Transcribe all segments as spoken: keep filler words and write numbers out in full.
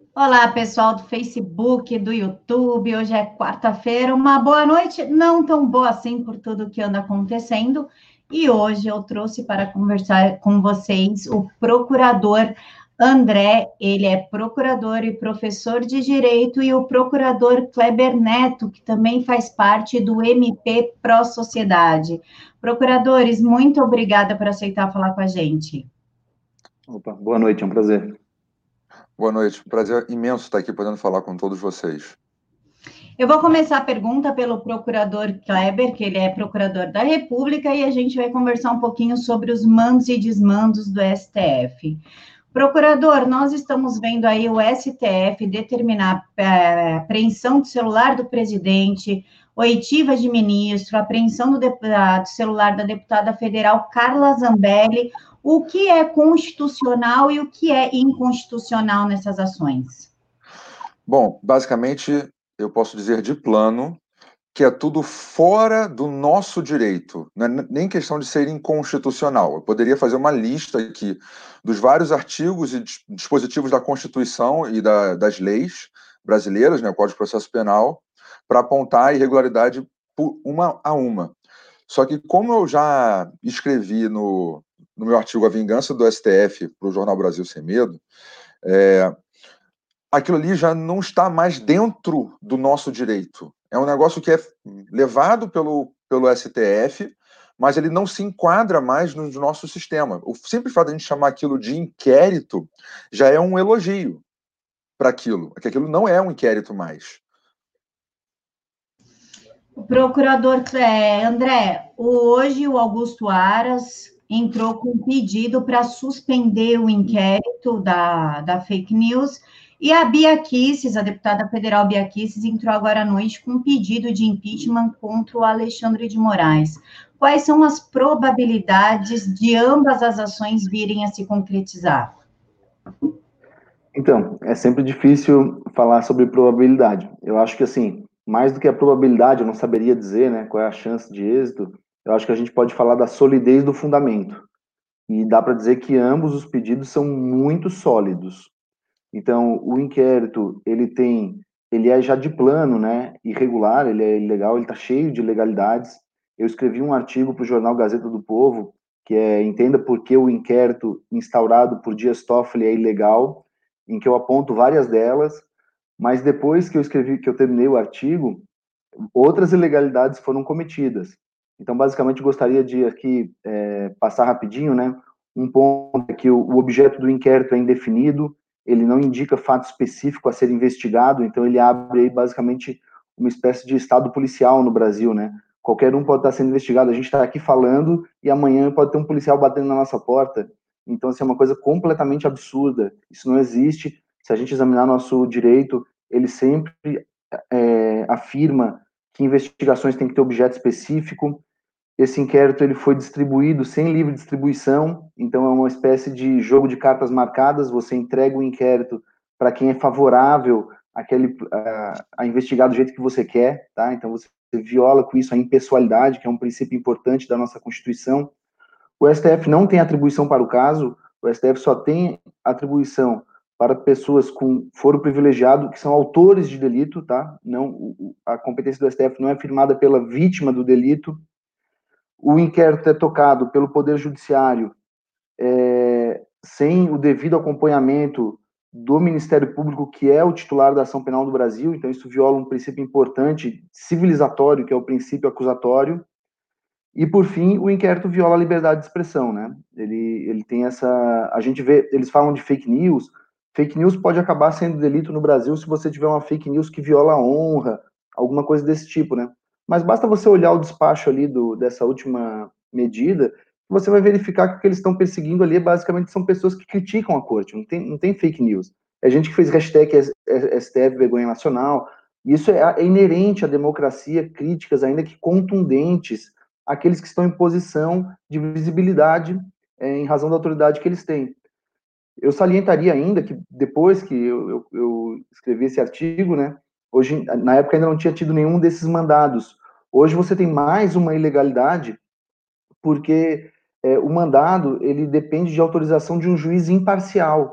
Olá, pessoal do Facebook, do YouTube. Hoje é quarta-feira. Uma boa noite, não tão boa assim por tudo que anda acontecendo. E hoje eu trouxe para conversar com vocês o procurador André. Ele é procurador e professor de direito, e o procurador Kleber Neto, que também faz parte do M P Pró Sociedade. Procuradores, muito obrigada por aceitar falar com a gente. Opa, boa noite, é um prazer. Boa noite, prazer imenso estar aqui podendo falar com todos vocês. Eu vou começar a pergunta pelo procurador Kleber, que ele é procurador da República, e a gente vai conversar um pouquinho sobre os mandos e desmandos do S T F. Procurador, nós estamos vendo aí o S T F determinar a apreensão do celular do presidente, oitiva de ministro, apreensão do, do celular da deputada federal Carla Zambelli. O que é constitucional e o que é inconstitucional nessas ações? Bom, basicamente, eu posso dizer de plano que é tudo fora do nosso direito, não é nem questão de ser inconstitucional. Eu poderia fazer uma lista aqui dos vários artigos e dispositivos da Constituição e da, das leis brasileiras, né, o Código de Processo Penal, para apontar a irregularidade por uma a uma. Só que, como eu já escrevi no, no meu artigo A Vingança do S T F para o Jornal Brasil Sem Medo, é, aquilo ali já não está mais dentro do nosso direito. É um negócio que é levado pelo, pelo S T F, mas ele não se enquadra mais no nosso sistema. O simples fato de a gente chamar aquilo de inquérito já é um elogio para aquilo, porque aquilo não é um inquérito mais. O procurador é, André, hoje o Augusto Aras entrou com um pedido para suspender o inquérito da, da fake news, e a Bia Kicis, a deputada federal Bia Kicis, entrou agora à noite com um pedido de impeachment contra o Alexandre de Moraes. Quais são as probabilidades de ambas as ações virem a se concretizar? Então, é sempre difícil falar sobre probabilidade. Eu acho que, assim, mais do que a probabilidade, eu não saberia dizer, né, qual é a chance de êxito, eu acho que a gente pode falar da solidez do fundamento. E dá para dizer que ambos os pedidos são muito sólidos. Então, o inquérito, ele tem, ele é já de plano, né, irregular, ele é ilegal, ele está cheio de ilegalidades. Eu escrevi um artigo para o jornal Gazeta do Povo, que é Entenda por que o inquérito instaurado por Dias Toffoli é ilegal, em que eu aponto várias delas, mas depois que eu escrevi, que eu terminei o artigo, outras ilegalidades foram cometidas. Então, basicamente, gostaria de aqui é, passar rapidinho, né? Um ponto é que o, o objeto do inquérito é indefinido, ele não indica fato específico a ser investigado, então ele abre aí, basicamente, uma espécie de estado policial no Brasil, né? Qualquer um pode estar sendo investigado, a gente está aqui falando e amanhã pode ter um policial batendo na nossa porta. Então, assim, é uma coisa completamente absurda. Isso não existe. Se a gente examinar nosso direito, ele sempre é, afirma que investigações têm que ter objeto específico. Esse inquérito ele foi distribuído sem livre distribuição, então é uma espécie de jogo de cartas marcadas. Você entrega o inquérito para quem é favorável àquele, a, a investigar do jeito que você quer, tá? Então você viola com isso a impessoalidade, que é um princípio importante da nossa Constituição. O S T F não tem atribuição para o caso, o S T F só tem atribuição para pessoas com foro privilegiado, que são autores de delito, tá? Não, a competência do S T F não é firmada pela vítima do delito. O inquérito é tocado pelo Poder Judiciário é, sem o devido acompanhamento do Ministério Público, que é o titular da ação penal do Brasil, então isso viola um princípio importante, civilizatório, que é o princípio acusatório. E, por fim, o inquérito viola a liberdade de expressão, né? Ele, ele tem essa... A gente vê... Eles falam de fake news. Fake news pode acabar sendo delito no Brasil se você tiver uma fake news que viola a honra, alguma coisa desse tipo, né? Mas basta você olhar o despacho ali do, dessa última medida, você vai verificar que o que eles estão perseguindo ali basicamente são pessoas que criticam a corte, não tem, não tem fake news. É gente que fez hashtag S T F Vergonha Nacional. Isso é, é inerente à democracia, críticas ainda que contundentes aqueles que estão em posição de visibilidade é, em razão da autoridade que eles têm. Eu salientaria ainda que depois que eu, eu, eu escrevi esse artigo, né, hoje, na época ainda não tinha tido nenhum desses mandados. Hoje você tem mais uma ilegalidade, porque é, o mandado ele depende de autorização de um juiz imparcial.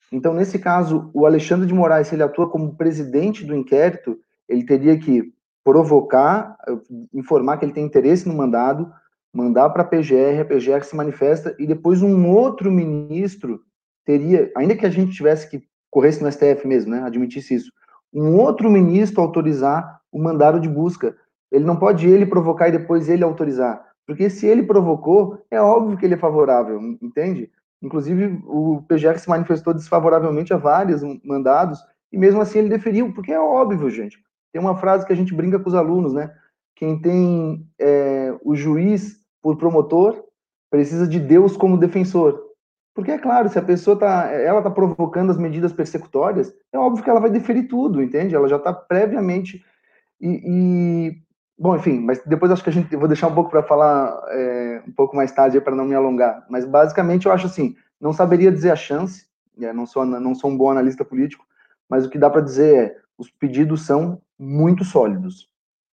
Então, nesse caso, o Alexandre de Moraes, se ele atua como presidente do inquérito, ele teria que provocar, informar que ele tem interesse no mandado, mandar para a P G R, a P G R se manifesta, e depois um outro ministro teria, ainda que a gente tivesse que corresse no S T F mesmo, né, admitisse isso, um outro ministro autorizar o mandado de busca. Ele não pode ele provocar e depois ele autorizar, porque se ele provocou, é óbvio que ele é favorável, entende? Inclusive, o P G R se manifestou desfavoravelmente a vários mandados, e mesmo assim ele deferiu, porque é óbvio, gente. Tem uma frase que a gente brinca com os alunos, né? Quem tem é, o juiz por promotor precisa de Deus como defensor. Porque é claro, se a pessoa está ela tá provocando as medidas persecutórias, é óbvio que ela vai deferir tudo, entende? Ela já está previamente e, e, bom, enfim, mas depois acho que a gente eu vou deixar um pouco para falar é, um pouco mais tarde para não me alongar. Mas basicamente eu acho assim, não saberia dizer a chance, é, não sou não sou um bom analista político, mas o que dá para dizer é os pedidos são muito sólidos.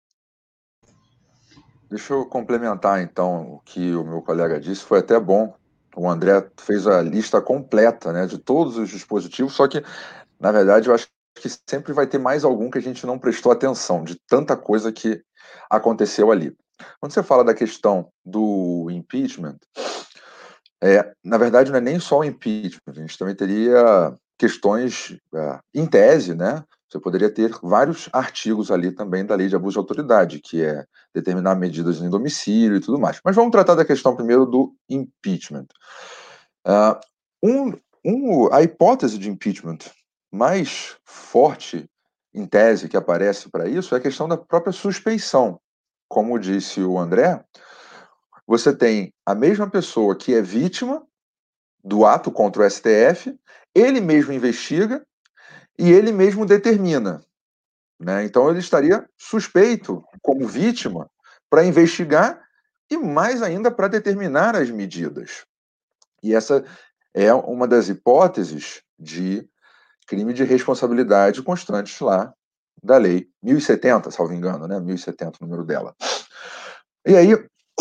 Deixa eu complementar, então, o que o meu colega disse. Foi até bom. O André fez a lista completa, né, de todos os dispositivos, só que, na verdade, eu acho que sempre vai ter mais algum que a gente não prestou atenção, de tanta coisa que aconteceu ali. Quando você fala da questão do impeachment, é, na verdade, não é nem só o impeachment, a gente também teria questões, é, em tese, né? Você poderia ter vários artigos ali também da lei de abuso de autoridade, que é determinar medidas em domicílio e tudo mais. Mas vamos tratar da questão primeiro do impeachment. Uh, um, um, a hipótese de impeachment mais forte, em tese, que aparece para isso é a questão da própria suspeição. Como disse o André, você tem a mesma pessoa que é vítima do ato contra o S T F, ele mesmo investiga e ele mesmo determina, né? Então ele estaria suspeito como vítima para investigar e mais ainda para determinar as medidas. E essa é uma das hipóteses de crime de responsabilidade constantes lá da lei mil e setenta, salvo engano, né? mil e setenta o número dela. E aí,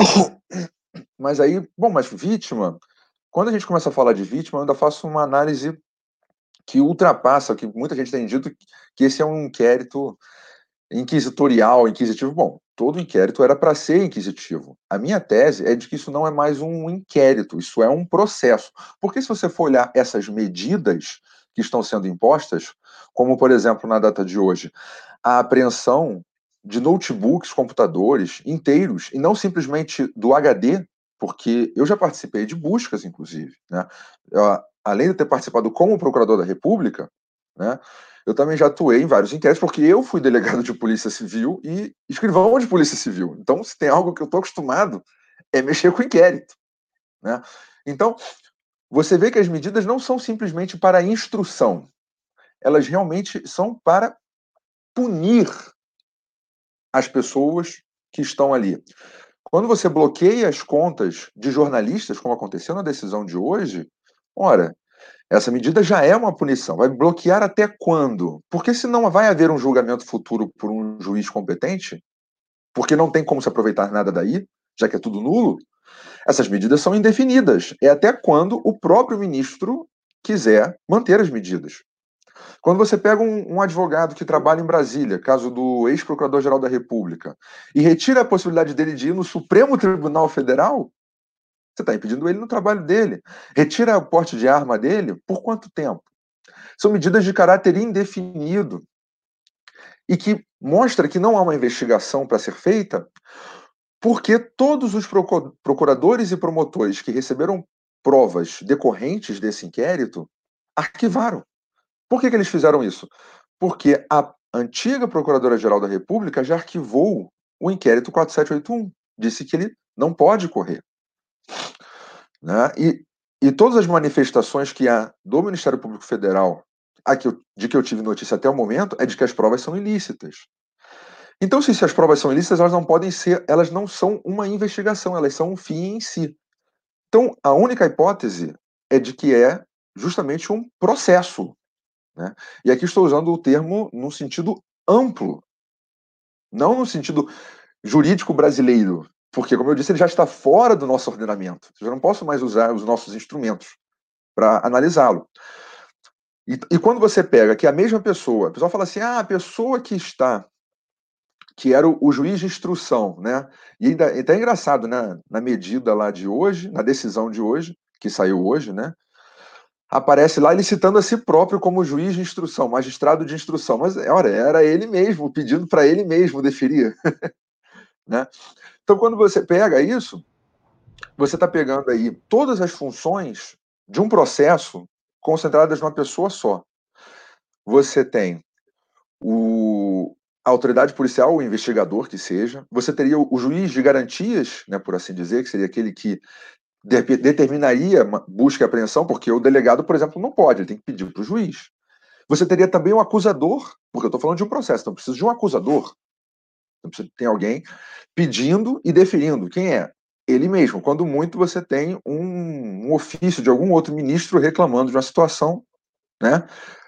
mas aí, bom, mas vítima, quando a gente começa a falar de vítima, eu ainda faço uma análise que ultrapassa, que muita gente tem dito que esse é um inquérito inquisitorial, inquisitivo. Bom, todo inquérito era para ser inquisitivo. A minha tese é de que isso não é mais um inquérito, isso é um processo. Porque se você for olhar essas medidas que estão sendo impostas, como, por exemplo, na data de hoje, a apreensão de notebooks, computadores inteiros, e não simplesmente do H D, porque eu já participei de buscas, inclusive, né? Eu, além de ter participado como procurador da República, né, eu também já atuei em vários inquéritos, porque eu fui delegado de polícia civil e escrivão de polícia civil. Então, se tem algo que eu estou acostumado, é mexer com inquérito, né? Então, você vê que as medidas não são simplesmente para instrução, elas realmente são para punir as pessoas que estão ali. Quando você bloqueia as contas de jornalistas, como aconteceu na decisão de hoje, ora, essa medida já é uma punição. Vai bloquear até quando? Porque se não vai haver um julgamento futuro por um juiz competente, porque não tem como se aproveitar nada daí, já que é tudo nulo, essas medidas são indefinidas. É até quando o próprio ministro quiser manter as medidas. Quando você pega um, um advogado que trabalha em Brasília, caso do ex-procurador-geral da República, e retira a possibilidade dele de ir no Supremo Tribunal Federal, você está impedindo ele no trabalho dele. Retira o porte de arma dele, por quanto tempo? São medidas de caráter indefinido e que mostra que não há uma investigação para ser feita, porque todos os procuradores e promotores que receberam provas decorrentes desse inquérito arquivaram. Por que, que eles fizeram isso? Porque a antiga Procuradora-Geral da República já arquivou o inquérito quatro sete oito um, disse que ele não pode correr. Né? E, e todas as manifestações que há do Ministério Público Federal, a que eu, de que eu tive notícia até o momento, é de que as provas são ilícitas. Então, se, se as provas são ilícitas, elas não podem ser, elas não são uma investigação, elas são um fim em si. Então, a única hipótese é de que é justamente um processo. Né? E aqui estou usando o termo num sentido amplo, não no sentido jurídico brasileiro, porque, como eu disse, ele já está fora do nosso ordenamento. Eu já não posso mais usar os nossos instrumentos para analisá-lo. E, e quando você pega que a mesma pessoa, o pessoal fala assim, ah, a pessoa que está, que era o, o juiz de instrução, né? E ainda é até engraçado, né? Na medida lá de hoje, na decisão de hoje, que saiu hoje, né? Aparece lá ele citando a si próprio como juiz de instrução, magistrado de instrução. Mas, olha, era ele mesmo, pedindo para ele mesmo deferir. Né? Então, quando você pega isso, você está pegando aí todas as funções de um processo concentradas numa pessoa só. Você tem o, a autoridade policial, o investigador que seja, você teria o, o juiz de garantias, né, por assim dizer, que seria aquele que de, determinaria busca e apreensão, porque o delegado, por exemplo, não pode, ele tem que pedir para o juiz. Você teria também um acusador, porque eu estou falando de um processo, então precisa de um acusador. Então precisa ter alguém pedindo e deferindo. Quem é? Ele mesmo. Quando muito, você tem um, um ofício de algum outro ministro reclamando de uma situação, né?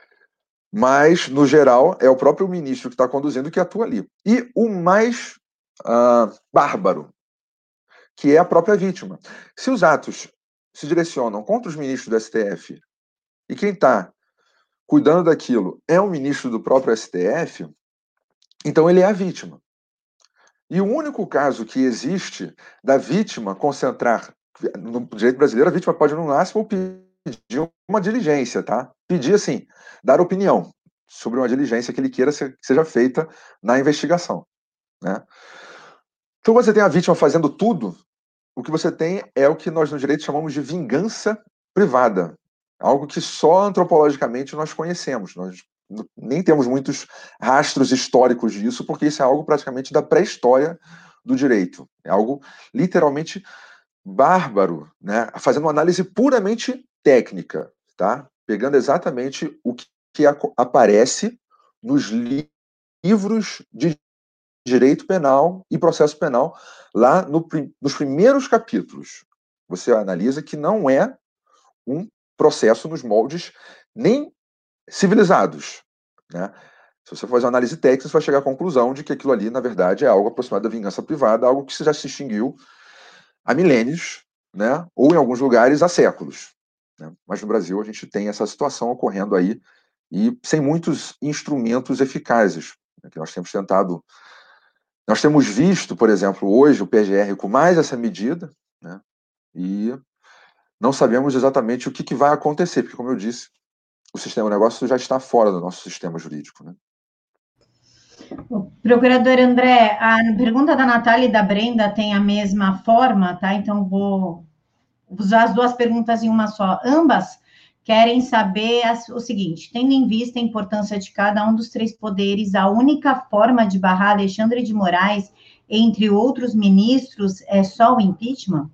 Mas, no geral, é o próprio ministro que está conduzindo que atua ali. E o mais uh, bárbaro, que é a própria vítima. Se os atos se direcionam contra os ministros do S T F e quem está cuidando daquilo é um ministro do próprio S T F, então ele é a vítima. E o único caso que existe da vítima concentrar, no direito brasileiro, a vítima pode, no máximo, pedir uma diligência, tá? Pedir, assim, dar opinião sobre uma diligência que ele queira que seja feita na investigação, né? Então, quando você tem a vítima fazendo tudo, o que você tem é o que nós no direito chamamos de vingança privada, algo que só antropologicamente nós conhecemos. Nós nem temos muitos rastros históricos disso, porque isso é algo praticamente da pré-história do direito. É algo literalmente bárbaro, né? Fazendo uma análise puramente técnica, tá? Pegando exatamente o que, que aparece nos li livros de direito penal e processo penal, lá no, nos primeiros capítulos. Você analisa que não é um processo nos moldes nem civilizados, né? Se você fazer uma análise técnica, você vai chegar à conclusão de que aquilo ali, na verdade, é algo aproximado da vingança privada, algo que já se extinguiu há milênios, né? Ou em alguns lugares há séculos, né? Mas no Brasil a gente tem essa situação ocorrendo aí e sem muitos instrumentos eficazes, né, que nós temos tentado. Nós temos visto, por exemplo, hoje o P G R com mais essa medida, né? E não sabemos exatamente o que, que vai acontecer, porque, como eu disse, o sistema de negócio já está fora do nosso sistema jurídico, né? Procurador André, a pergunta da Natália e da Brenda tem a mesma forma, tá? Então, vou usar as duas perguntas em uma só. Ambas querem saber o seguinte: tendo em vista a importância de cada um dos três poderes, a única forma de barrar Alexandre de Moraes, entre outros ministros, é só o impeachment?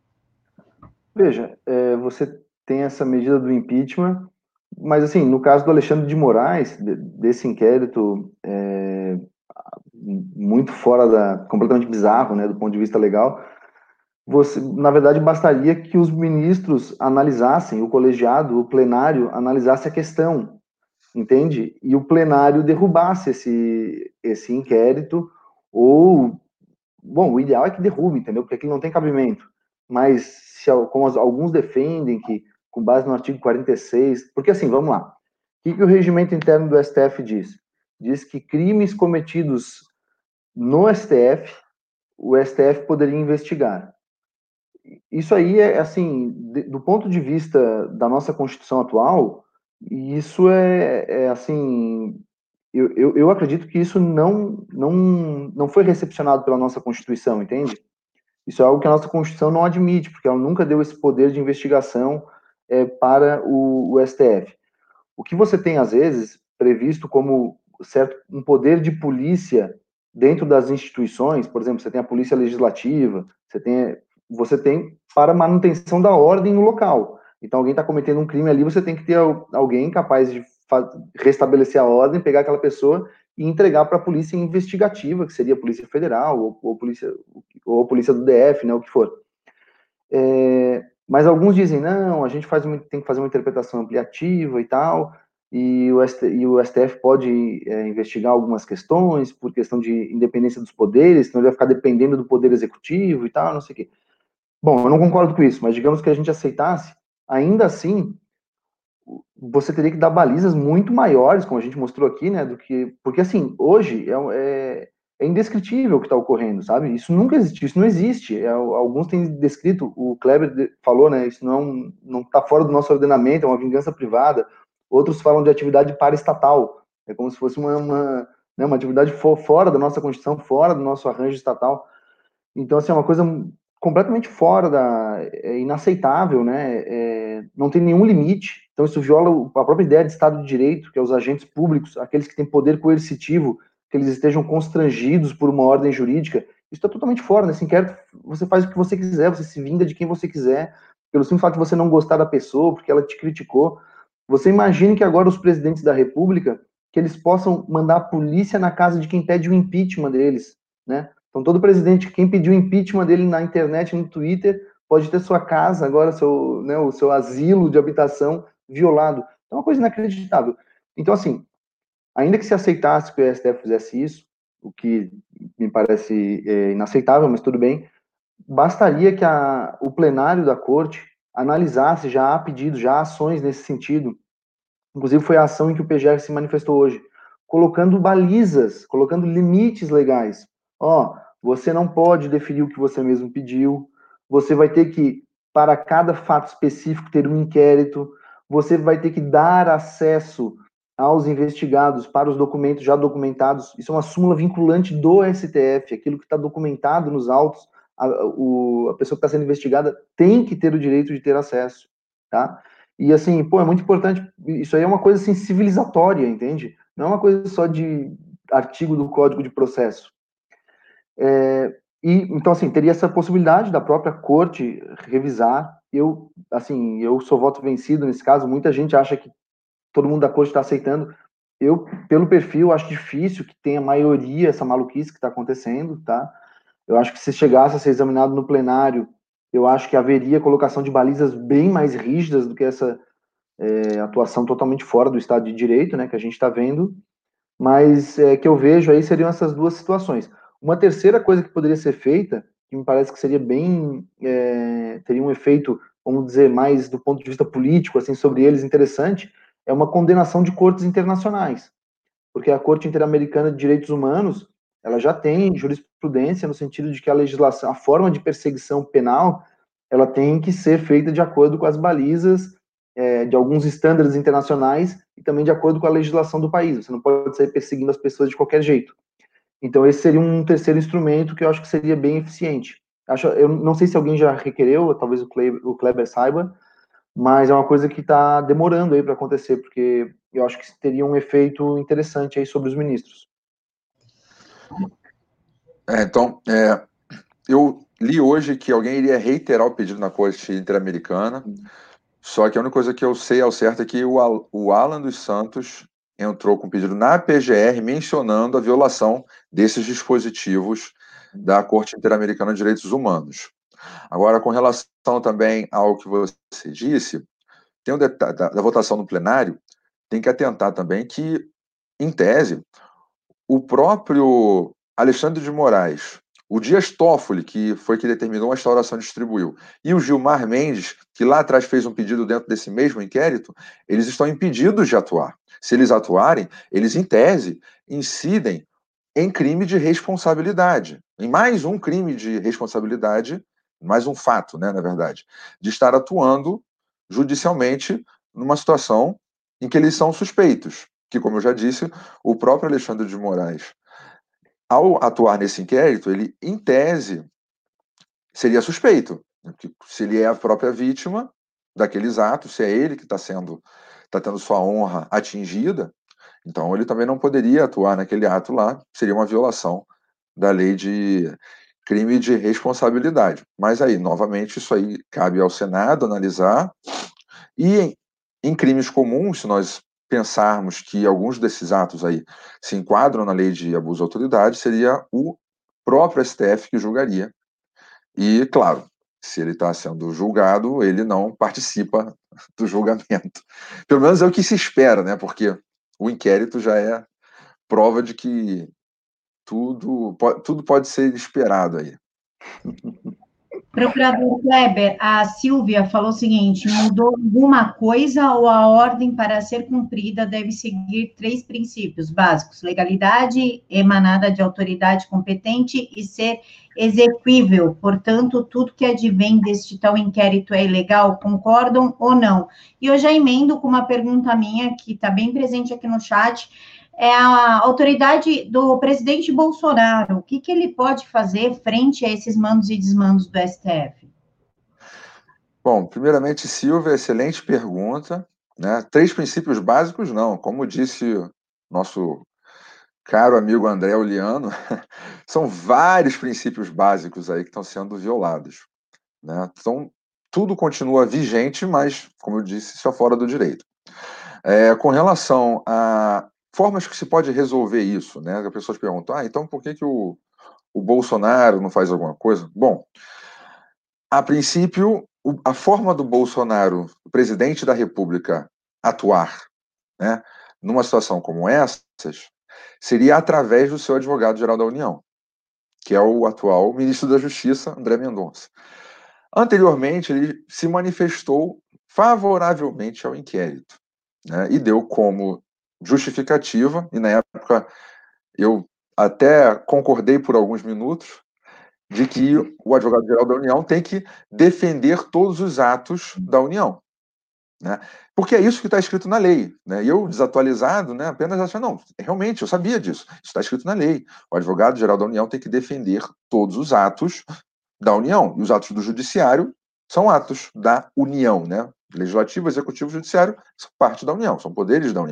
Veja, é, você tem essa medida do impeachment, mas, assim, no caso do Alexandre de Moraes, desse inquérito é, muito fora da... completamente bizarro, né, do ponto de vista legal, você, na verdade, bastaria que os ministros analisassem, o colegiado, o plenário, analisasse a questão, entende? E o plenário derrubasse esse, esse inquérito, ou... Bom, o ideal é que derrube, entendeu? Porque aqui não tem cabimento. Mas, se, como alguns defendem, que com base no artigo quarenta e seis... Porque, assim, vamos lá. O que, que o regimento interno do S T F diz? Diz que crimes cometidos no S T F, o S T F poderia investigar. Isso aí é, assim, do ponto de vista da nossa Constituição atual, isso é, é assim... Eu, eu, eu acredito que isso não, não, não foi recepcionado pela nossa Constituição, entende? Isso é algo que a nossa Constituição não admite, porque ela nunca deu esse poder de investigação é, para o, o S T F. O que você tem, às vezes, previsto como certo, um poder de polícia dentro das instituições, por exemplo, você tem a polícia legislativa, você tem, você tem para manutenção da ordem no local. Então, alguém está cometendo um crime ali, você tem que ter alguém capaz de restabelecer a ordem, pegar aquela pessoa e entregar para a polícia investigativa, que seria a Polícia Federal, ou, ou, polícia, ou a polícia do D F, né, o que for. É, mas alguns dizem, não, a gente faz uma, tem que fazer uma interpretação ampliativa e tal, e o, S T, e o S T F pode é, investigar algumas questões, por questão de independência dos poderes, senão ele vai ficar dependendo do poder executivo e tal, não sei o quê. Bom, eu não concordo com isso, mas digamos que a gente aceitasse, ainda assim, você teria que dar balizas muito maiores, como a gente mostrou aqui, né, do que, porque assim, hoje é, é, é indescritível o que está ocorrendo, sabe? Isso nunca existiu, isso não existe. É, alguns têm descrito, o Kleber falou, né, isso não não está fora do nosso ordenamento, é uma vingança privada. Outros falam de atividade paraestatal, é como se fosse uma, uma, né, uma atividade for, fora da nossa Constituição, fora do nosso arranjo estatal. Então, assim, é uma coisa completamente fora da... é inaceitável, né? É, não tem nenhum limite. Então, isso viola a própria ideia de Estado de Direito, que é os agentes públicos, aqueles que têm poder coercitivo, que eles estejam constrangidos por uma ordem jurídica. Isso está totalmente fora. Nesse inquérito, você faz o que você quiser, você se vinga de quem você quiser, pelo simples fato de você não gostar da pessoa, porque ela te criticou. Você imagine que agora os presidentes da República, que eles possam mandar a polícia na casa de quem pede o impeachment deles, né? Então, todo presidente, quem pediu impeachment dele na internet, no Twitter, pode ter sua casa agora, seu, né, o seu asilo de habitação violado. É uma coisa inacreditável. Então, assim, ainda que se aceitasse que o S T F fizesse isso, o que me parece é, inaceitável, mas tudo bem, bastaria que a, o plenário da corte analisasse, já há pedidos, já há ações nesse sentido. Inclusive, foi a ação em que o P G R se manifestou hoje, colocando balizas, colocando limites legais. Ó, você não pode definir o que você mesmo pediu, você vai ter que, para cada fato específico, ter um inquérito, você vai ter que dar acesso aos investigados para os documentos já documentados. Isso é uma súmula vinculante do S T F, aquilo que está documentado nos autos, a, o, a pessoa que está sendo investigada tem que ter o direito de ter acesso, tá? E assim, pô, é muito importante, isso aí é uma coisa assim civilizatória, entende? Não é uma coisa só de artigo do Código de Processo. É, e então assim, teria essa possibilidade da própria corte revisar. Eu, assim, eu sou voto vencido nesse caso, muita gente acha que todo mundo da corte está aceitando. Eu, pelo perfil, acho difícil que tenha maioria essa maluquice que está acontecendo, tá? Eu acho que se chegasse a ser examinado no plenário, eu acho que haveria colocação de balizas bem mais rígidas do que essa é, atuação totalmente fora do Estado de Direito, né, que a gente está vendo, mas é, que eu vejo aí seriam essas duas situações. Uma terceira coisa que poderia ser feita, que me parece que seria bem, é, teria um efeito, vamos dizer, mais do ponto de vista político, assim, sobre eles, interessante, é uma condenação de cortes internacionais, porque a Corte Interamericana de Direitos Humanos, ela já tem jurisprudência no sentido de que a legislação, a forma de perseguição penal, ela tem que ser feita de acordo com as balizas é, de alguns estándares internacionais e também de acordo com a legislação do país. Você não pode sair perseguindo as pessoas de qualquer jeito. Então, esse seria um terceiro instrumento que eu acho que seria bem eficiente. Acho, eu não sei se alguém já requereu, talvez o Kleber, o Kleber saiba, mas é uma coisa que está demorando aí para acontecer, porque eu acho que teria um efeito interessante aí sobre os ministros. É, então, é, eu li hoje que alguém iria reiterar o pedido na Corte Interamericana, só que a única coisa que eu sei ao certo é que o, o Alan dos Santos entrou com pedido na P G R mencionando a violação desses dispositivos da Corte Interamericana de Direitos Humanos. Agora, com relação também ao que você disse, tem um detalhe da, da votação no plenário, tem que atentar também que, em tese, o próprio Alexandre de Moraes, o Dias Toffoli, que foi que determinou a instauração e distribuiu, e o Gilmar Mendes, que lá atrás fez um pedido dentro desse mesmo inquérito, eles estão impedidos de atuar. Se eles atuarem, eles, em tese, incidem em crime de responsabilidade, em mais um crime de responsabilidade, mais um fato, né, na verdade, de estar atuando judicialmente numa situação em que eles são suspeitos, que, como eu já disse, o próprio Alexandre de Moraes, ao atuar nesse inquérito, ele, em tese, seria suspeito, se ele é a própria vítima daqueles atos, se é ele que está sendo, está tendo sua honra atingida, então ele também não poderia atuar naquele ato lá, seria uma violação da lei de crime de responsabilidade. Mas aí, novamente, isso aí cabe ao Senado analisar, e em, em crimes comuns, se nós pensarmos que alguns desses atos aí se enquadram na lei de abuso de autoridade, seria o próprio S T F que julgaria. E, claro, se ele está sendo julgado, ele não participa do julgamento. Pelo menos é o que se espera, né? Porque o inquérito já é prova de que tudo, tudo pode ser esperado aí. Procurador Kleber, a Silvia falou o seguinte: mudou alguma coisa ou a ordem para ser cumprida deve seguir três princípios básicos: legalidade, emanada de autoridade competente e ser exequível. Portanto, tudo que advém deste tal inquérito é ilegal, concordam ou não? E eu já emendo com uma pergunta minha, que está bem presente aqui no chat. É a autoridade do presidente Bolsonaro. O que, que ele pode fazer frente a esses mandos e desmandos do S T F? Bom, primeiramente, Silvia, excelente pergunta, né? Três princípios básicos, não. Como disse o nosso caro amigo André Oliano, são vários princípios básicos aí que estão sendo violados, né? Então, tudo continua vigente, mas, como eu disse, isso é fora do direito. É, com relação a formas que se pode resolver isso, né? As pessoas perguntam, ah, então por que, que o, o Bolsonaro não faz alguma coisa? Bom, a princípio, o, a forma do Bolsonaro, o presidente da República, atuar, né, numa situação como essas, seria através do seu advogado-geral da União, que é o atual ministro da Justiça, André Mendonça. Anteriormente, ele se manifestou favoravelmente ao inquérito, né, e deu como justificativa, e na época eu até concordei por alguns minutos, de que o advogado-geral da União tem que defender todos os atos da União, né? Porque é isso que está escrito na lei, né? E eu, desatualizado, né, apenas achei, não, realmente, eu sabia disso, isso está escrito na lei. O advogado-geral da União tem que defender todos os atos da União, e os atos do Judiciário são atos da União, né? Legislativo, Executivo, Judiciário são parte da União, são poderes da União.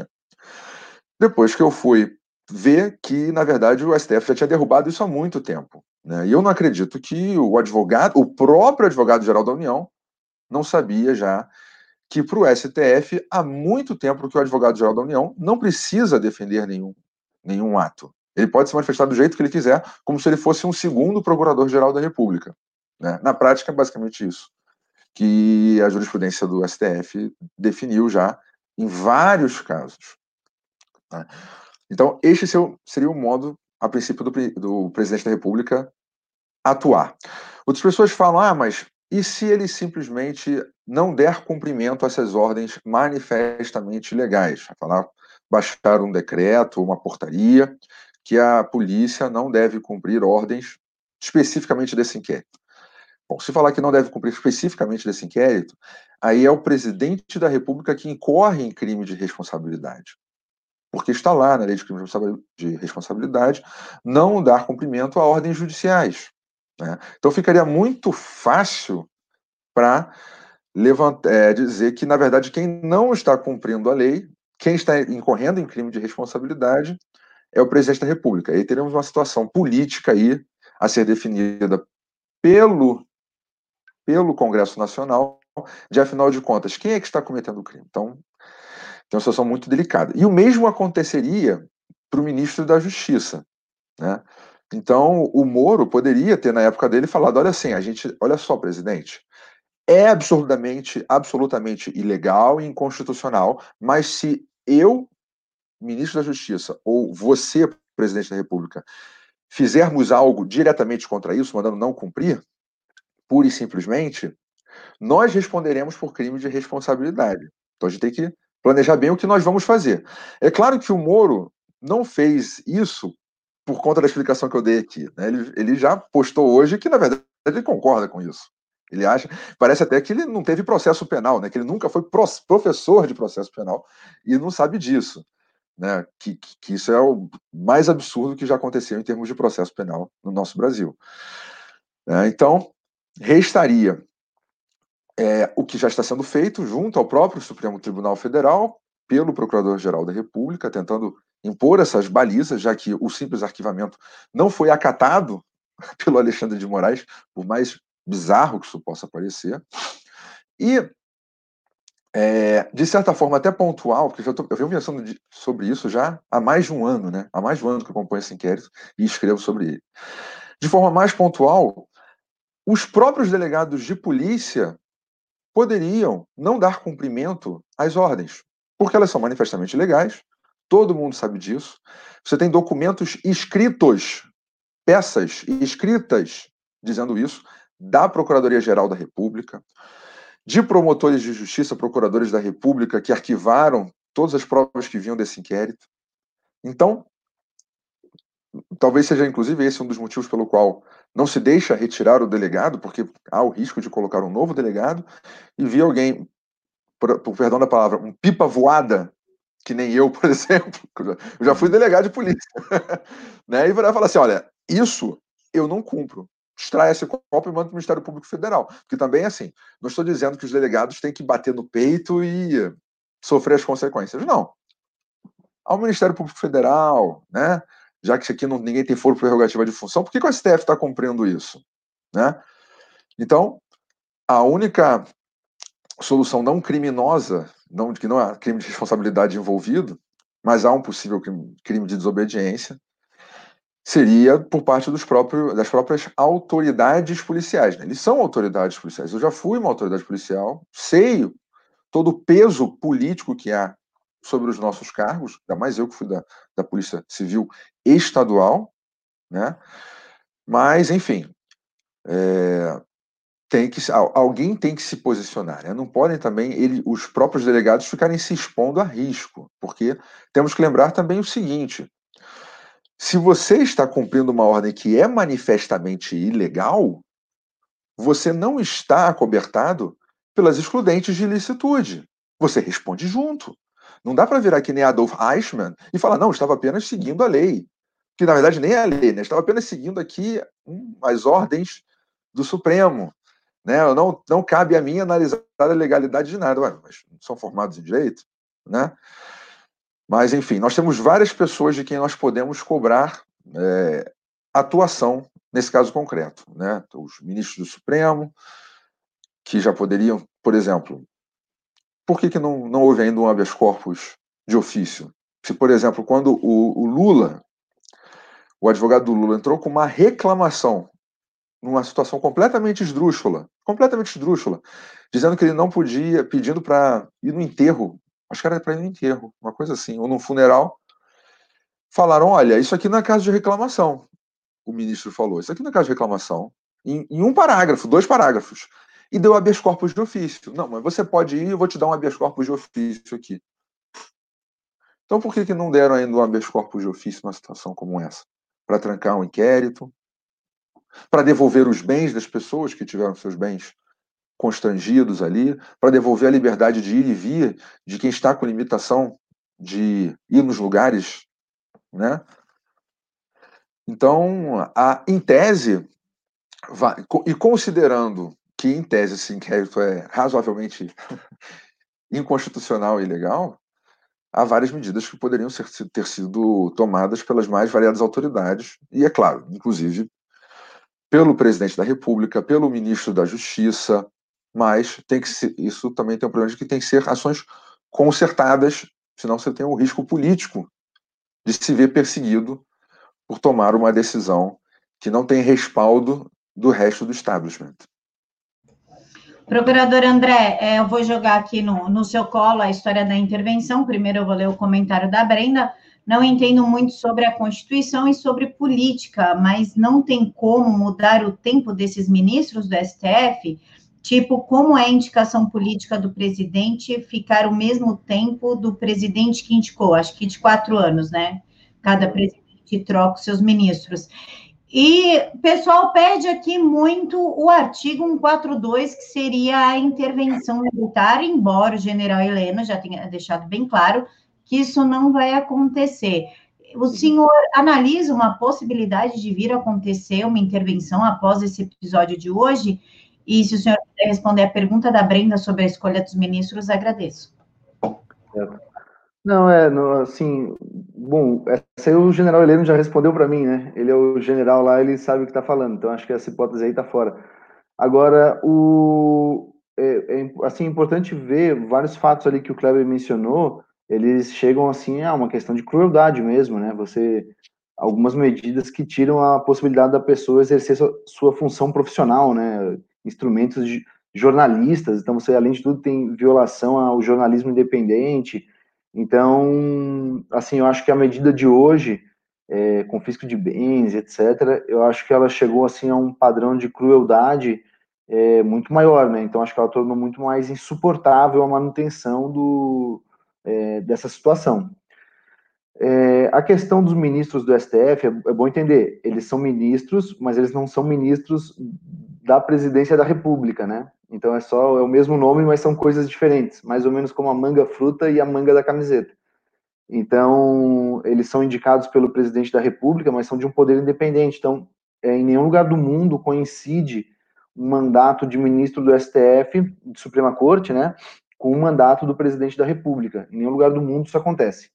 Depois que eu fui ver que, na verdade, o S T F já tinha derrubado isso há muito tempo, né? E eu não acredito que o advogado, o próprio advogado-geral da União, não sabia já que para o S T F, há muito tempo que o advogado-geral da União não precisa defender nenhum, nenhum ato. Ele pode se manifestar do jeito que ele quiser, como se ele fosse um segundo procurador-geral da República, né? Na prática, é basicamente isso que a jurisprudência do S T F definiu já em vários casos, né? Então, este seria o modo, a princípio, do, do presidente da República atuar. Outras pessoas falam, ah, mas e se ele simplesmente não der cumprimento a essas ordens manifestamente ilegais? Falar, baixar um decreto, uma portaria, que a polícia não deve cumprir ordens especificamente desse inquérito. Bom, se falar que não deve cumprir especificamente desse inquérito, aí é o presidente da República que incorre em crime de responsabilidade. Porque está lá na lei de crime de responsabilidade não dar cumprimento a ordens judiciais, né? Então ficaria muito fácil para é, dizer que, na verdade, quem não está cumprindo a lei, quem está incorrendo em crime de responsabilidade é o presidente da República. Aí teremos uma situação política aí a ser definida pelo, pelo Congresso Nacional, de, afinal de contas, quem é que está cometendo o crime? Então, tem uma situação muito delicada. E o mesmo aconteceria para o ministro da Justiça, né? Então, o Moro poderia ter, na época dele, falado, olha assim, a gente, olha só, presidente, é absurdamente, absolutamente ilegal e inconstitucional, mas se eu, ministro da Justiça, ou você, presidente da República, fizermos algo diretamente contra isso, mandando não cumprir, pura e simplesmente, nós responderemos por crime de responsabilidade. Então, a gente tem que planejar bem o que nós vamos fazer. É claro que o Moro não fez isso por conta da explicação que eu dei aqui, né? Ele, ele já postou hoje que, na verdade, ele concorda com isso. Ele acha, parece até que ele não teve processo penal, né? Que ele nunca foi professor de processo penal e não sabe disso, né? Que, que isso é o mais absurdo que já aconteceu em termos de processo penal no nosso Brasil. É, então, restaria é, o que já está sendo feito junto ao próprio Supremo Tribunal Federal, pelo Procurador-Geral da República, tentando impor essas balizas, já que o simples arquivamento não foi acatado pelo Alexandre de Moraes, por mais bizarro que isso possa parecer. E, é, de certa forma, até pontual, porque eu, tô, eu venho pensando de, sobre isso já há mais de um ano, né? Há mais de um ano que eu acompanho esse inquérito e escrevo sobre ele. De forma mais pontual, os próprios delegados de polícia poderiam não dar cumprimento às ordens, porque elas são manifestamente ilegais, todo mundo sabe disso. Você tem documentos escritos, peças escritas dizendo isso, da Procuradoria-Geral da República, de promotores de justiça, procuradores da República, que arquivaram todas as provas que vinham desse inquérito. Então, talvez seja, inclusive, esse um dos motivos pelo qual não se deixa retirar o delegado, porque há o risco de colocar um novo delegado e vir alguém, por, por perdão da palavra, um pipa voada, que nem eu, por exemplo, eu já fui delegado de polícia, né? E vai falar assim, olha, isso eu não cumpro. Extrai esse copo e manda para o Ministério Público Federal. Porque também, assim, não estou dizendo que os delegados têm que bater no peito e sofrer as consequências. Não. Ao Ministério Público Federal, né? Já que aqui não, ninguém tem foro prerrogativa de função, por que, que o S T F está cumprindo isso? Né? Então, a única solução não criminosa, não, que não há crime de responsabilidade envolvido, mas há um possível crime, crime de desobediência, seria por parte dos próprios, das próprias autoridades policiais. Né? Eles são autoridades policiais. Eu já fui uma autoridade policial, sei todo o peso político que há sobre os nossos cargos, ainda mais eu que fui da, da Polícia Civil Estadual, né? Mas, enfim, é, tem que, alguém tem que se posicionar. Né? Não podem também ele, os próprios delegados ficarem se expondo a risco, porque temos que lembrar também o seguinte: se você está cumprindo uma ordem que é manifestamente ilegal, você não está acobertado pelas excludentes de ilicitude. Você responde junto. Não dá para virar que nem Adolf Eichmann e falar, não, estava apenas seguindo a lei. Que, na verdade, nem é a lei, né? Estava apenas seguindo aqui hum, as ordens do Supremo. Né? Não, não cabe a mim analisar a legalidade de nada. Ué, mas não são formados em direito? Né? Mas, enfim, nós temos várias pessoas de quem nós podemos cobrar é, atuação nesse caso concreto. Né? Os ministros do Supremo, que já poderiam, por exemplo, por que, que não, não houve ainda um habeas corpus de ofício? Se, por exemplo, quando o, o Lula, o advogado do Lula, entrou com uma reclamação numa situação completamente esdrúxula, completamente esdrúxula, dizendo que ele não podia, pedindo para ir no enterro, acho que era para ir no enterro, uma coisa assim, ou num funeral, falaram, olha, isso aqui não é caso de reclamação, o ministro falou, isso aqui não é caso de reclamação, em, em um parágrafo, dois parágrafos, e deu habeas corpus de ofício. Não, mas você pode ir, eu vou te dar um habeas corpus de ofício aqui. Então por que, que não deram ainda um habeas corpus de ofício numa situação como essa? Para trancar um inquérito, para devolver os bens das pessoas que tiveram seus bens constrangidos ali, para devolver a liberdade de ir e vir de quem está com limitação de ir nos lugares, né? Então, a, em tese, vai, e considerando que, em tese, esse inquérito é razoavelmente inconstitucional e ilegal, há várias medidas que poderiam ser, ter sido tomadas pelas mais variadas autoridades, e, é claro, inclusive pelo presidente da República, pelo ministro da Justiça, mas tem que ser, isso também tem um problema de que tem que ser ações concertadas, senão você tem o risco político de se ver perseguido por tomar uma decisão que não tem respaldo do resto do establishment. Procurador André, é, eu vou jogar aqui no, no seu colo a história da intervenção. Primeiro eu vou ler o comentário da Brenda. Não entendo muito sobre a Constituição e sobre política, mas não tem como mudar o tempo desses ministros do S T F? Tipo, como é a indicação política do presidente ficar o mesmo tempo do presidente que indicou? Acho que de quatro anos, né? Cada presidente troca os seus ministros. E o pessoal pede aqui muito o artigo cento e quarenta e dois, que seria a intervenção militar, embora o general Heleno já tenha deixado bem claro que isso não vai acontecer. O senhor analisa uma possibilidade de vir a acontecer uma intervenção após esse episódio de hoje? E se o senhor puder responder a pergunta da Brenda sobre a escolha dos ministros, agradeço. Não, é, no, assim, bom, essa aí o general Heleno já respondeu para mim, né? Ele é o general lá, ele sabe o que está falando, então acho que essa hipótese aí está fora. Agora, o, é, é assim, é importante ver vários fatos ali que o Kleber mencionou, eles chegam assim a uma questão de crueldade mesmo, né? Você, algumas medidas que tiram a possibilidade da pessoa exercer sua, sua função profissional, né? Instrumentos de jornalistas, então você, além de tudo, tem violação ao jornalismo independente. Então, assim, eu acho que a medida de hoje, é, confisco de bens, etcétera, eu acho que ela chegou assim a um padrão de crueldade é, muito maior, né? Então acho que ela tornou muito mais insuportável a manutenção do, é, dessa situação. É, a questão dos ministros do S T F, é, é bom entender, eles são ministros, mas eles não são ministros da presidência da República, né? Então é só, é o mesmo nome, mas são coisas diferentes, mais ou menos como a manga fruta e a manga da camiseta. Então, eles são indicados pelo presidente da República, mas são de um poder independente. Então, é, em nenhum lugar do mundo coincide um mandato de ministro do S T F, de Suprema Corte, né, com o mandato do presidente da República. Em nenhum lugar do mundo isso acontece.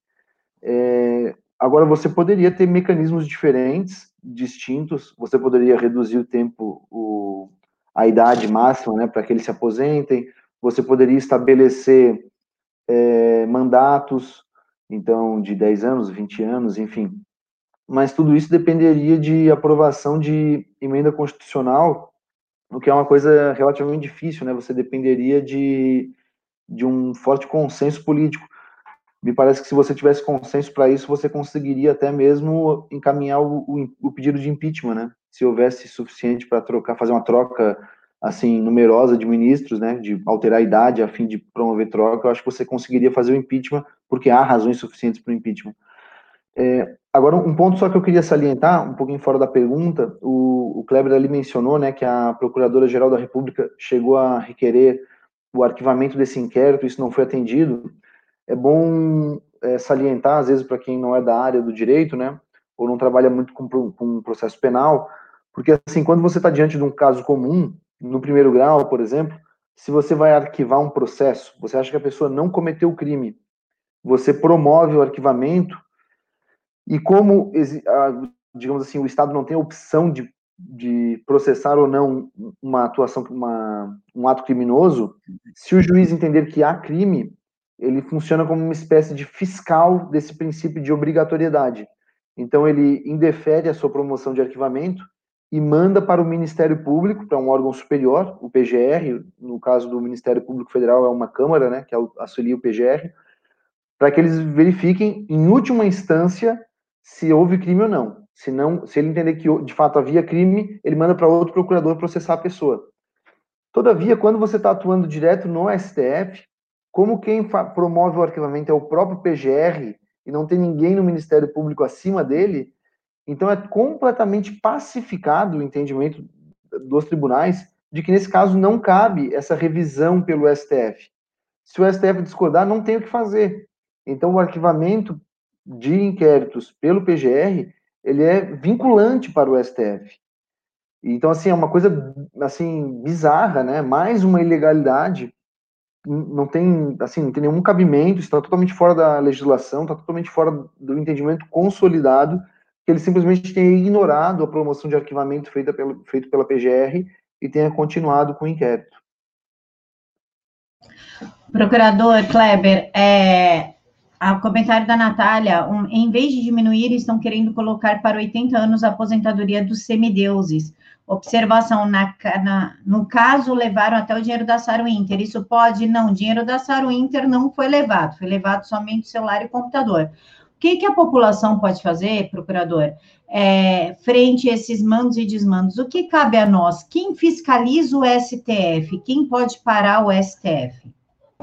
É, agora, você poderia ter mecanismos diferentes, distintos. Você poderia reduzir o tempo, o, a idade máxima, né, para que eles se aposentem. Você poderia estabelecer é, mandatos, então, de dez anos, vinte anos, enfim. Mas tudo isso dependeria de aprovação de emenda constitucional, o que é uma coisa relativamente difícil, né? Você dependeria de, de um forte consenso político. Me parece que se você tivesse consenso para isso, você conseguiria até mesmo encaminhar o, o, o pedido de impeachment, né? Se houvesse suficiente para trocar, fazer uma troca assim numerosa de ministros, né? De alterar a idade a fim de promover troca, eu acho que você conseguiria fazer o impeachment, porque há razões suficientes para o impeachment. É, agora, um ponto só que eu queria salientar, um pouquinho fora da pergunta, o, o Kleber ali mencionou, né, que a Procuradora-Geral da República chegou a requerer o arquivamento desse inquérito, isso não foi atendido. É bom é, salientar, às vezes, para quem não é da área do direito, né, ou não trabalha muito com, com processo penal, porque, assim, quando você está diante de um caso comum, no primeiro grau, por exemplo, se você vai arquivar um processo, você acha que a pessoa não cometeu o crime, você promove o arquivamento, e como, digamos assim, o Estado não tem a opção de, de processar ou não uma atuação, uma, um ato criminoso, se o juiz entender que há crime, ele funciona como uma espécie de fiscal desse princípio de obrigatoriedade. Então, ele indefere a sua promoção de arquivamento e manda para o Ministério Público, para um órgão superior, o P G R, no caso do Ministério Público Federal, é uma Câmara, né, que auxilia o P G R, para que eles verifiquem, em última instância, se houve crime ou não. Se, não, se ele entender que de fato havia crime, ele manda para outro procurador processar a pessoa. Todavia, quando você está atuando direto no S T F, como quem promove o arquivamento é o próprio P G R e não tem ninguém no Ministério Público acima dele, então é completamente pacificado o entendimento dos tribunais de que, nesse caso, não cabe essa revisão pelo S T F. Se o S T F discordar, não tem o que fazer. Então, o arquivamento de inquéritos pelo P G R, ele é vinculante para o S T F. Então, assim, é uma coisa, assim, bizarra, né? Mais uma ilegalidade, não tem, assim, não tem nenhum cabimento, está totalmente fora da legislação, está totalmente fora do entendimento consolidado, que ele simplesmente tenha ignorado a promoção de arquivamento feita pelo, feito pela P G R e tenha continuado com o inquérito. Procurador Kleber, é, o comentário da Natália, um, em vez de diminuir, estão querendo colocar para oitenta anos a aposentadoria dos semideuses. Observação, na, na, no caso, levaram até o dinheiro da Saro Inter. Isso pode? Não, o dinheiro da Saro Inter não foi levado, foi levado somente o celular e o computador. O que, que a população pode fazer, procurador, é, frente a esses mandos e desmandos? O que cabe a nós? Quem fiscaliza o S T F? Quem pode parar o S T F?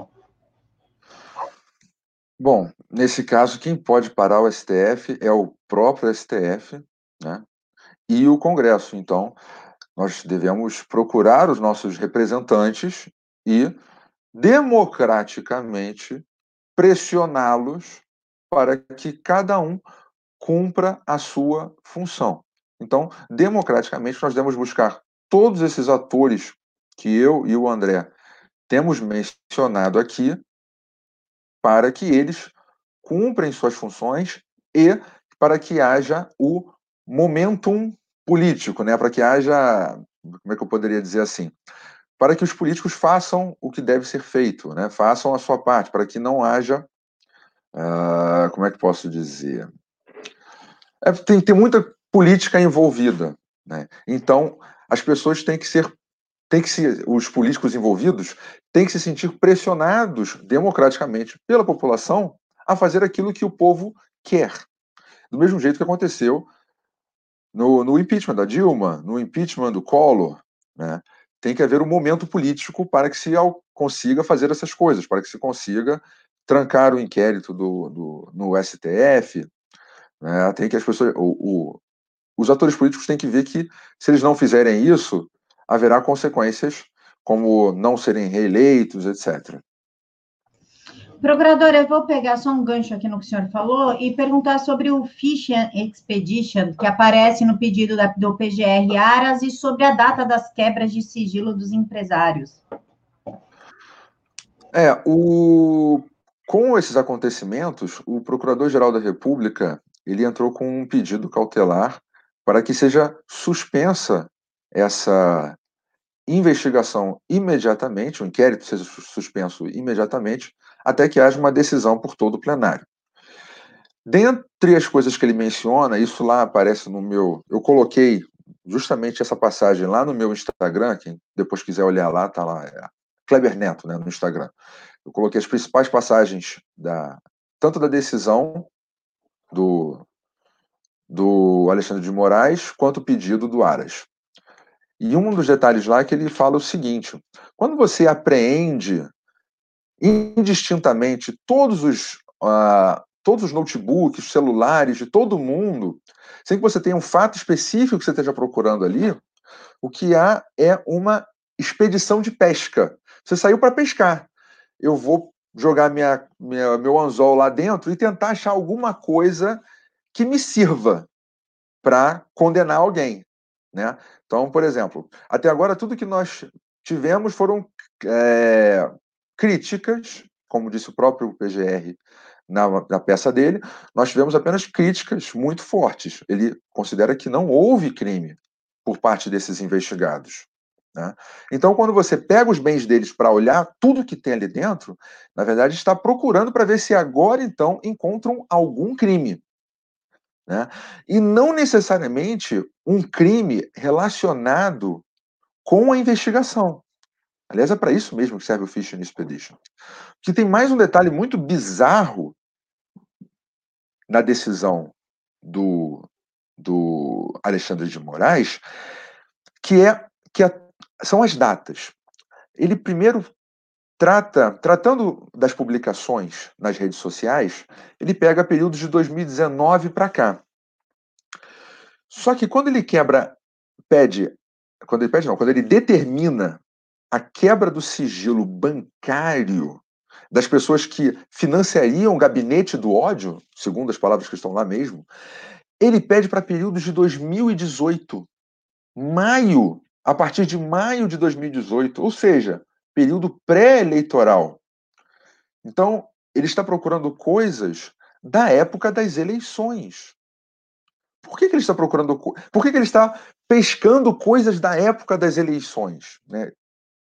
Bom, nesse caso, quem pode parar o S T F é o próprio S T F, né, e o Congresso. Então, nós devemos procurar os nossos representantes e, democraticamente, pressioná-los para que cada um cumpra a sua função. Então, democraticamente, nós devemos buscar todos esses atores que eu e o André temos mencionado aqui, para que eles cumprem suas funções e para que haja o momentum político, né? Para que haja, como é que eu poderia dizer assim? Para que os políticos façam o que deve ser feito, né? Façam a sua parte, para que não haja, uh, como é que posso dizer? É, tem, tem muita política envolvida, né? Então, as pessoas têm que ser tem que se, os políticos envolvidos têm que se sentir pressionados democraticamente pela população a fazer aquilo que o povo quer. do mesmo jeito que aconteceu no, no impeachment da Dilma, no impeachment do Collor, né? Tem que haver um momento político para que se consiga fazer essas coisas, para que se consiga trancar o inquérito do, do, no S T F, né? Tem que as pessoas, o, o, os atores políticos têm que ver que, se eles não fizerem isso, haverá consequências, como não serem reeleitos, etcétera. Procurador, eu vou pegar só um gancho aqui no que o senhor falou e perguntar sobre o Fishing Expedition, que aparece no pedido da, do P G R Aras, e sobre a data das quebras de sigilo dos empresários. É, o... com esses acontecimentos, o Procurador-Geral da República ele entrou com um pedido cautelar para que seja suspensa essa investigação imediatamente, o inquérito seja suspenso imediatamente, até que haja uma decisão por todo o plenário. Dentre as coisas que ele menciona, isso lá aparece no meu... Eu coloquei justamente essa passagem lá no meu Instagram, quem depois quiser olhar lá, tá lá, é Kleber Neto, né, no Instagram. Eu coloquei as principais passagens, da, tanto da decisão do, do Alexandre de Moraes, quanto o pedido do Aras. E um dos detalhes lá é que ele fala o seguinte: quando você apreende indistintamente todos os, uh, todos os notebooks, celulares de todo mundo, sem que você tenha um fato específico que você esteja procurando ali, o que há é uma expedição de pesca. Você saiu para pescar. Eu vou jogar minha, minha, meu anzol lá dentro e tentar achar alguma coisa que me sirva para condenar alguém, né? Então, por exemplo, até agora tudo que nós tivemos foram é, críticas, como disse o próprio P G R na, na peça dele, nós tivemos apenas críticas muito fortes. Ele considera que não houve crime por parte desses investigados, né? Então, quando você pega os bens deles para olhar tudo que tem ali dentro, na verdade está procurando para ver se agora, então, encontram algum crime, né? E não necessariamente um crime relacionado com a investigação. Aliás, é para isso mesmo que serve o Fishing Expedition. Que tem mais um detalhe muito bizarro na decisão do, do Alexandre de Moraes, que, é, que é, são as datas. Ele primeiro trata, tratando das publicações nas redes sociais, ele pega períodos de dois mil e dezenove para cá. Só que quando ele quebra, pede, quando ele pede não, quando ele determina a quebra do sigilo bancário das pessoas que financiariam o gabinete do ódio, segundo as palavras que estão lá mesmo, ele pede para períodos de dois mil e dezoito, maio, a partir de maio de dois mil e dezoito, ou seja, período pré-eleitoral. Então, ele está procurando coisas da época das eleições. Por que, que ele está procurando... Por que, que ele está pescando coisas da época das eleições, né?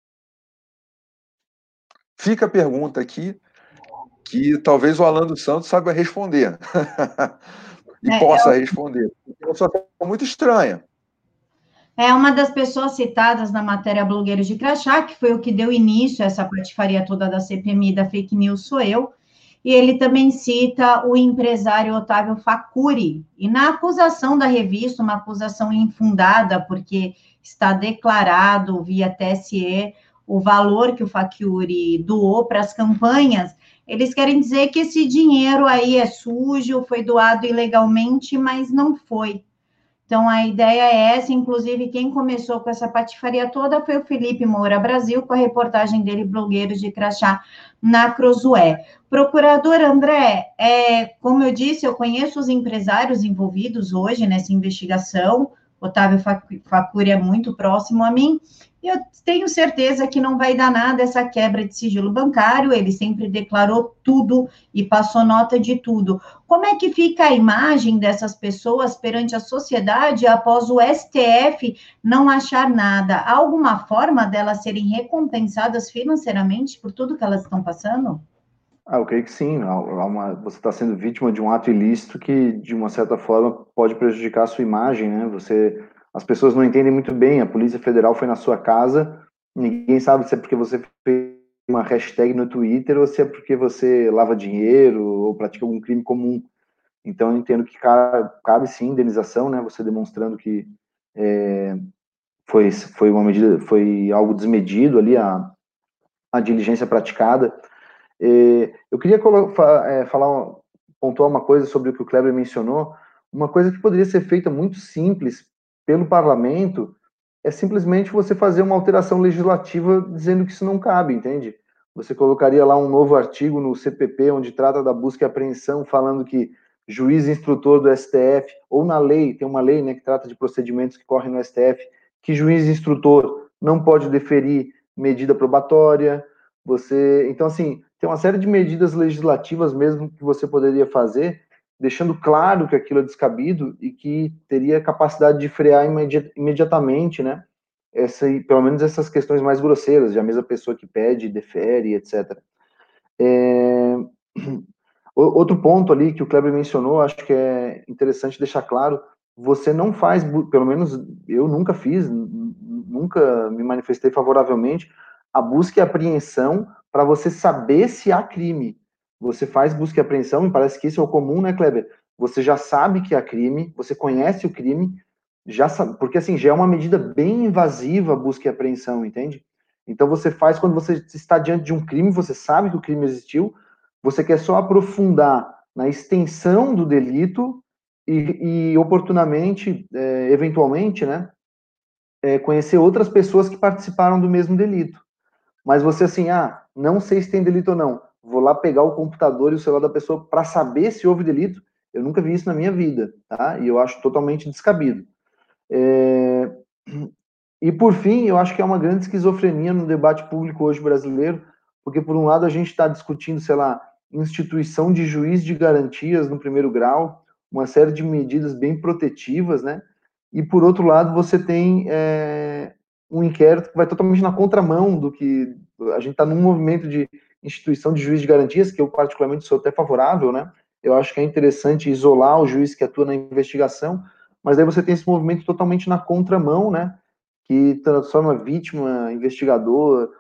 Fica a pergunta aqui, que talvez o Alan dos Santos saiba responder. e É, possa é, responder. É uma situação muito estranha. é uma das pessoas citadas na matéria Blogueiros de Crachá, que foi o que deu início a essa patifaria toda da C P M I da fake news, sou eu. E ele também cita o empresário Otávio Facuri. E na acusação da revista, uma acusação infundada, porque está declarado via T S E o valor que o Facuri doou para as campanhas, eles querem dizer que esse dinheiro aí é sujo, foi doado ilegalmente, mas não foi. Então, a ideia é essa, inclusive, quem começou com essa patifaria toda foi o Felipe Moura Brasil, com a reportagem dele, Blogueiros de Crachá, na Crosué. Procurador André, é, como eu disse, eu conheço os empresários envolvidos hoje nessa investigação, Otávio Facuri é muito próximo a mim, e eu tenho certeza que não vai dar nada essa quebra de sigilo bancário, ele sempre declarou tudo e passou nota de tudo. Como é que fica a imagem dessas pessoas perante a sociedade após o S T F não achar nada? Há alguma forma delas serem recompensadas financeiramente por tudo que elas estão passando? Ah, eu creio que sim. Há uma, você está sendo vítima de um ato ilícito que, de uma certa forma, pode prejudicar a sua imagem, né? Você, as pessoas não entendem muito bem. A Polícia Federal foi na sua casa, ninguém sabe se é porque você fez uma hashtag no Twitter ou se é porque você lava dinheiro ou pratica algum crime comum. Então, eu entendo que cabe, cabe sim indenização, né? Você demonstrando que é, foi, foi uma medida, foi algo desmedido ali, a, a diligência praticada. É, eu queria é, falar, pontuar uma coisa sobre o que o Kleber mencionou. Uma coisa que poderia ser feita muito simples pelo parlamento é simplesmente você fazer uma alteração legislativa dizendo que isso não cabe, entende? Você colocaria lá um novo artigo no C P P, onde trata da busca e apreensão, falando que juiz instrutor do S T F, ou na lei, tem uma lei, né, que trata de procedimentos que correm no S T F, que juiz instrutor não pode deferir medida probatória. Você, então, assim, tem uma série de medidas legislativas mesmo que você poderia fazer, deixando claro que aquilo é descabido e que teria capacidade de frear imedi imediatamente, né? Essa, pelo menos essas questões mais grosseiras, de a mesma pessoa que pede, defere, etcétera. É... Outro ponto ali que o Kleber mencionou, acho que é interessante deixar claro, você não faz, pelo menos eu nunca fiz, nunca me manifestei favoravelmente, a busca e apreensão para você saber se há crime. Você faz busca e apreensão, e parece que isso é o comum, né, Kleber? Você já sabe que há crime, você conhece o crime, já sabe, porque assim, já é uma medida bem invasiva a busca e apreensão, entende? Então você faz quando você está diante de um crime, você sabe que o crime existiu, você quer só aprofundar na extensão do delito e, e oportunamente, é, eventualmente, né, é, conhecer outras pessoas que participaram do mesmo delito. Mas você assim, ah, não sei se tem delito ou não, vou lá pegar o computador e o celular da pessoa para saber se houve delito, eu nunca vi isso na minha vida, tá? E eu acho totalmente descabido. É... E por fim, eu acho que é uma grande esquizofrenia no debate público hoje brasileiro, porque por um lado a gente está discutindo, sei lá, instituição de juiz de garantias no primeiro grau, uma série de medidas bem protetivas, né? E por outro lado você tem é, um inquérito que vai totalmente na contramão do que a gente está num movimento de instituição de juiz de garantias, que eu particularmente sou até favorável, né? Eu acho que é interessante isolar o juiz que atua na investigação, mas aí você tem esse movimento totalmente na contramão, né? Que transforma vítima, investigador,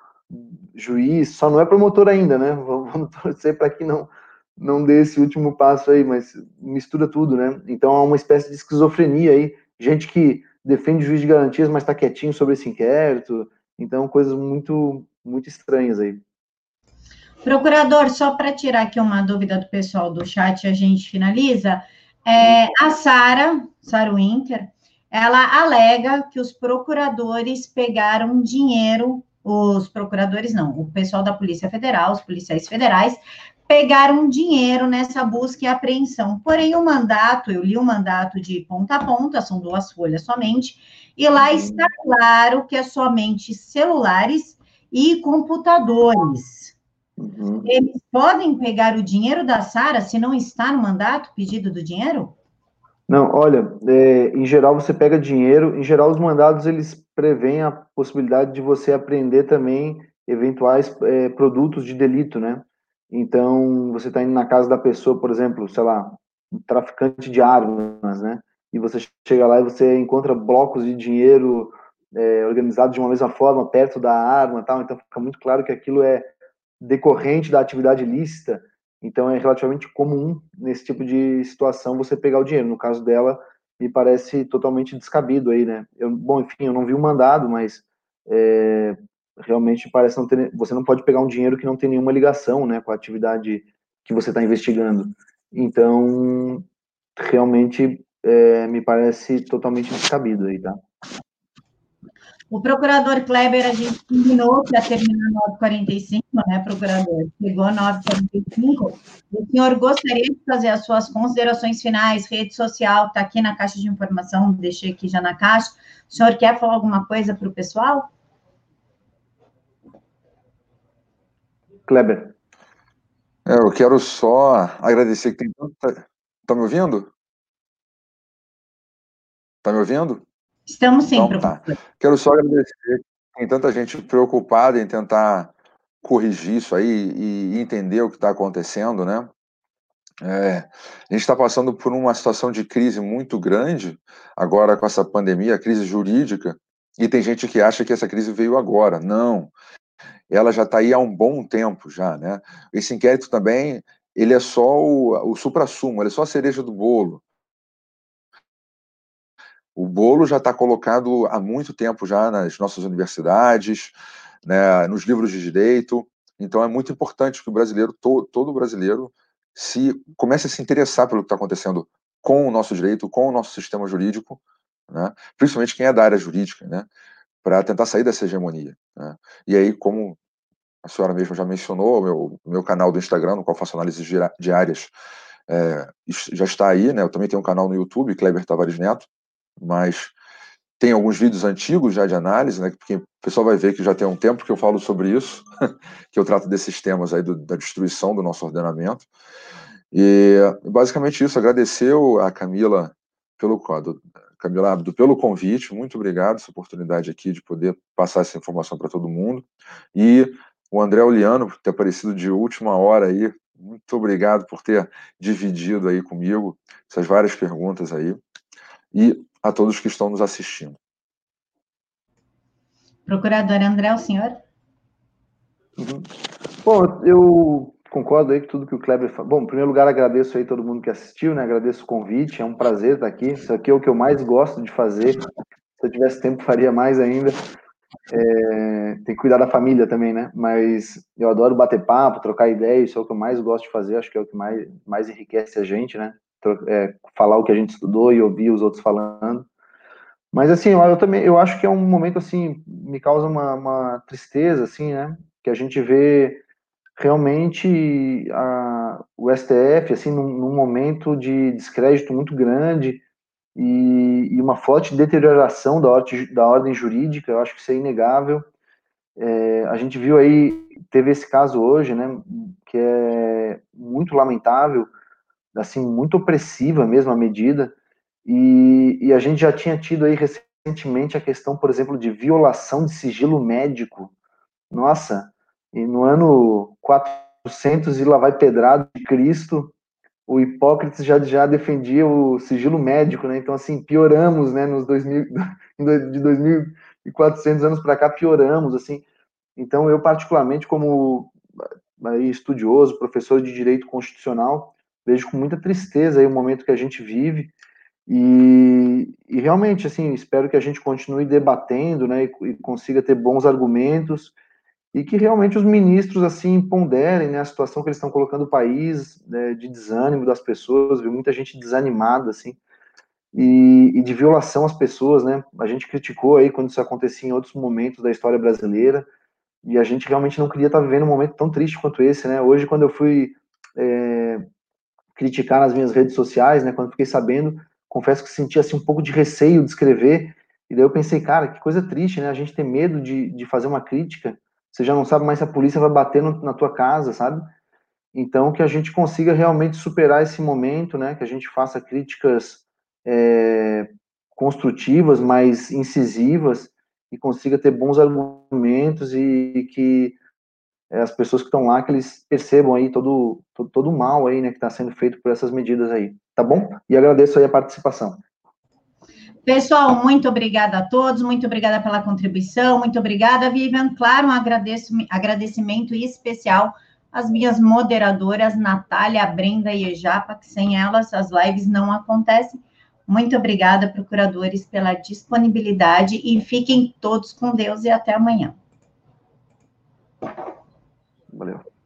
juiz, só não é promotor ainda, né? Vamos torcer para que não, não dê esse último passo aí, mas mistura tudo, né? Então há uma espécie de esquizofrenia aí, gente que defende juiz de garantias, mas está quietinho sobre esse inquérito, então coisas muito, muito estranhas aí. Procurador, só para tirar aqui uma dúvida do pessoal do chat, a gente finaliza. É, a Sara, Sara Winter, ela alega que os procuradores pegaram dinheiro, os procuradores não, o pessoal da Polícia Federal, os policiais federais, pegaram dinheiro nessa busca e apreensão. Porém, o mandato, eu li o mandato de ponta a ponta, são duas folhas somente, e lá está claro que é somente celulares e computadores. Uhum. Eles podem pegar o dinheiro da Sara se não está no mandato pedido do dinheiro? Não, olha, é, em geral você pega dinheiro, em geral os mandados eles prevêem a possibilidade de você apreender também eventuais é, produtos de delito, né? Então, você está indo na casa da pessoa, por exemplo, sei lá, um traficante de armas, né? E você chega lá e você encontra blocos de dinheiro é, organizados de uma mesma forma, perto da arma, tal. Então, fica muito claro que aquilo é decorrente da atividade ilícita. Então, é relativamente comum, nesse tipo de situação, você pegar o dinheiro. No caso dela, me parece totalmente descabido aí, né? Eu, bom, enfim, eu não vi o mandado, mas é, realmente parece não ter... Você não pode pegar um dinheiro que não tem nenhuma ligação, né, com a atividade que você está investigando. Então, realmente, é, me parece totalmente descabido aí, tá? O procurador Kleber, a gente combinou para terminar nove e quarenta e cinco, né, procurador? Chegou nove e quarenta e cinco. O senhor gostaria de fazer as suas considerações finais, rede social, está aqui na caixa de informação, deixei aqui já na caixa. O senhor quer falar alguma coisa para o pessoal? Kleber. É, eu quero só agradecer que tem tanta... Tá me ouvindo? Tá me ouvindo? Estamos sim, então, tá. Quero só agradecer que tem tanta gente preocupada em tentar corrigir isso aí e entender o que está acontecendo, né? É, a gente está passando por uma situação de crise muito grande, agora com essa pandemia, crise jurídica, e tem gente que acha que essa crise veio agora. Não, ela já está aí há um bom tempo já, né? Esse inquérito também, ele é só o, o suprassumo, ele é só a cereja do bolo. O bolo já está colocado há muito tempo já nas nossas universidades, né, nos livros de direito. Então é muito importante que o brasileiro, to, todo brasileiro, se comece a se interessar pelo que está acontecendo com o nosso direito, com o nosso sistema jurídico, né, principalmente quem é da área jurídica, né, para tentar sair dessa hegemonia. Né. E aí, como a senhora mesma já mencionou, o meu, meu canal do Instagram, no qual faço análises diárias, é, já está aí, né? Eu também tenho um canal no YouTube, Kleber Tavares Neto, mas tem alguns vídeos antigos já de análise, né? Porque o pessoal vai ver que já tem um tempo que eu falo sobre isso, que eu trato desses temas aí do, da destruição do nosso ordenamento. E basicamente isso, agradecer a Camila pelo quadro. Camila Abdo, pelo convite, muito obrigado essa oportunidade aqui de poder passar essa informação para todo mundo. E o André Oliano, por ter aparecido de última hora aí, muito obrigado por ter dividido aí comigo essas várias perguntas aí. E a todos que estão nos assistindo. Procurador André, o senhor? Uhum. Bom, eu concordo aí com tudo que o Kleber falou. Bom, em primeiro lugar, agradeço aí todo mundo que assistiu, né? Agradeço o convite, é um prazer estar aqui. Isso aqui é o que eu mais gosto de fazer. Se eu tivesse tempo, faria mais ainda. É, tem que cuidar da família também, né? Mas eu adoro bater papo, trocar ideia, isso é o que eu mais gosto de fazer, acho que é o que mais, mais enriquece a gente, né? É, falar o que a gente estudou e ouvir os outros falando. Mas assim, eu, eu também, eu acho que é um momento assim, me causa uma, uma tristeza, assim, né? Que a gente vê realmente a, o S T F, assim, num, num momento de descrédito muito grande, e, e uma forte deterioração da ordem, da ordem jurídica, eu acho que isso é inegável. É, a gente viu aí, teve esse caso hoje, né, que é muito lamentável, assim, muito opressiva mesmo a medida, e, e a gente já tinha tido aí recentemente a questão, por exemplo, de violação de sigilo médico. Nossa, e no ano quatrocentos e lá vai pedrado de Cristo, o Hipócrates já, já defendia o sigilo médico, né? Então, assim, pioramos, né? Nos dois mil, de dois mil e quatrocentos anos para cá, pioramos, assim. Então, eu, particularmente, como aí, estudioso, professor de direito constitucional, vejo com muita tristeza aí o momento que a gente vive e, e realmente, assim, espero que a gente continue debatendo, né? E, e consiga ter bons argumentos e que realmente os ministros, assim, ponderem, né, a situação que eles estão colocando o país, né, de desânimo das pessoas, viu muita gente desanimada, assim, e, e de violação às pessoas, né, a gente criticou aí quando isso acontecia em outros momentos da história brasileira, e a gente realmente não queria estar vivendo um momento tão triste quanto esse, né, hoje quando eu fui é, criticar nas minhas redes sociais, né, quando fiquei sabendo, confesso que senti, assim, um pouco de receio de escrever, e daí eu pensei, cara, que coisa triste, né, a gente ter medo de, de fazer uma crítica, você já não sabe mais se a polícia vai bater no, na tua casa, sabe? Então, que a gente consiga realmente superar esse momento, né? Que a gente faça críticas é, construtivas, mas incisivas, e consiga ter bons argumentos e que é, as pessoas que estão lá, que eles percebam aí todo, todo, todo o mal aí, né? Que está sendo feito por essas medidas aí, tá bom? E agradeço aí a participação. Pessoal, muito obrigada a todos, muito obrigada pela contribuição, muito obrigada, Vivian. Claro, um agradecimento especial às minhas moderadoras, Natália, Brenda e Ejapa, que sem elas as lives não acontecem. Muito obrigada, procuradores, pela disponibilidade e fiquem todos com Deus e até amanhã. Valeu.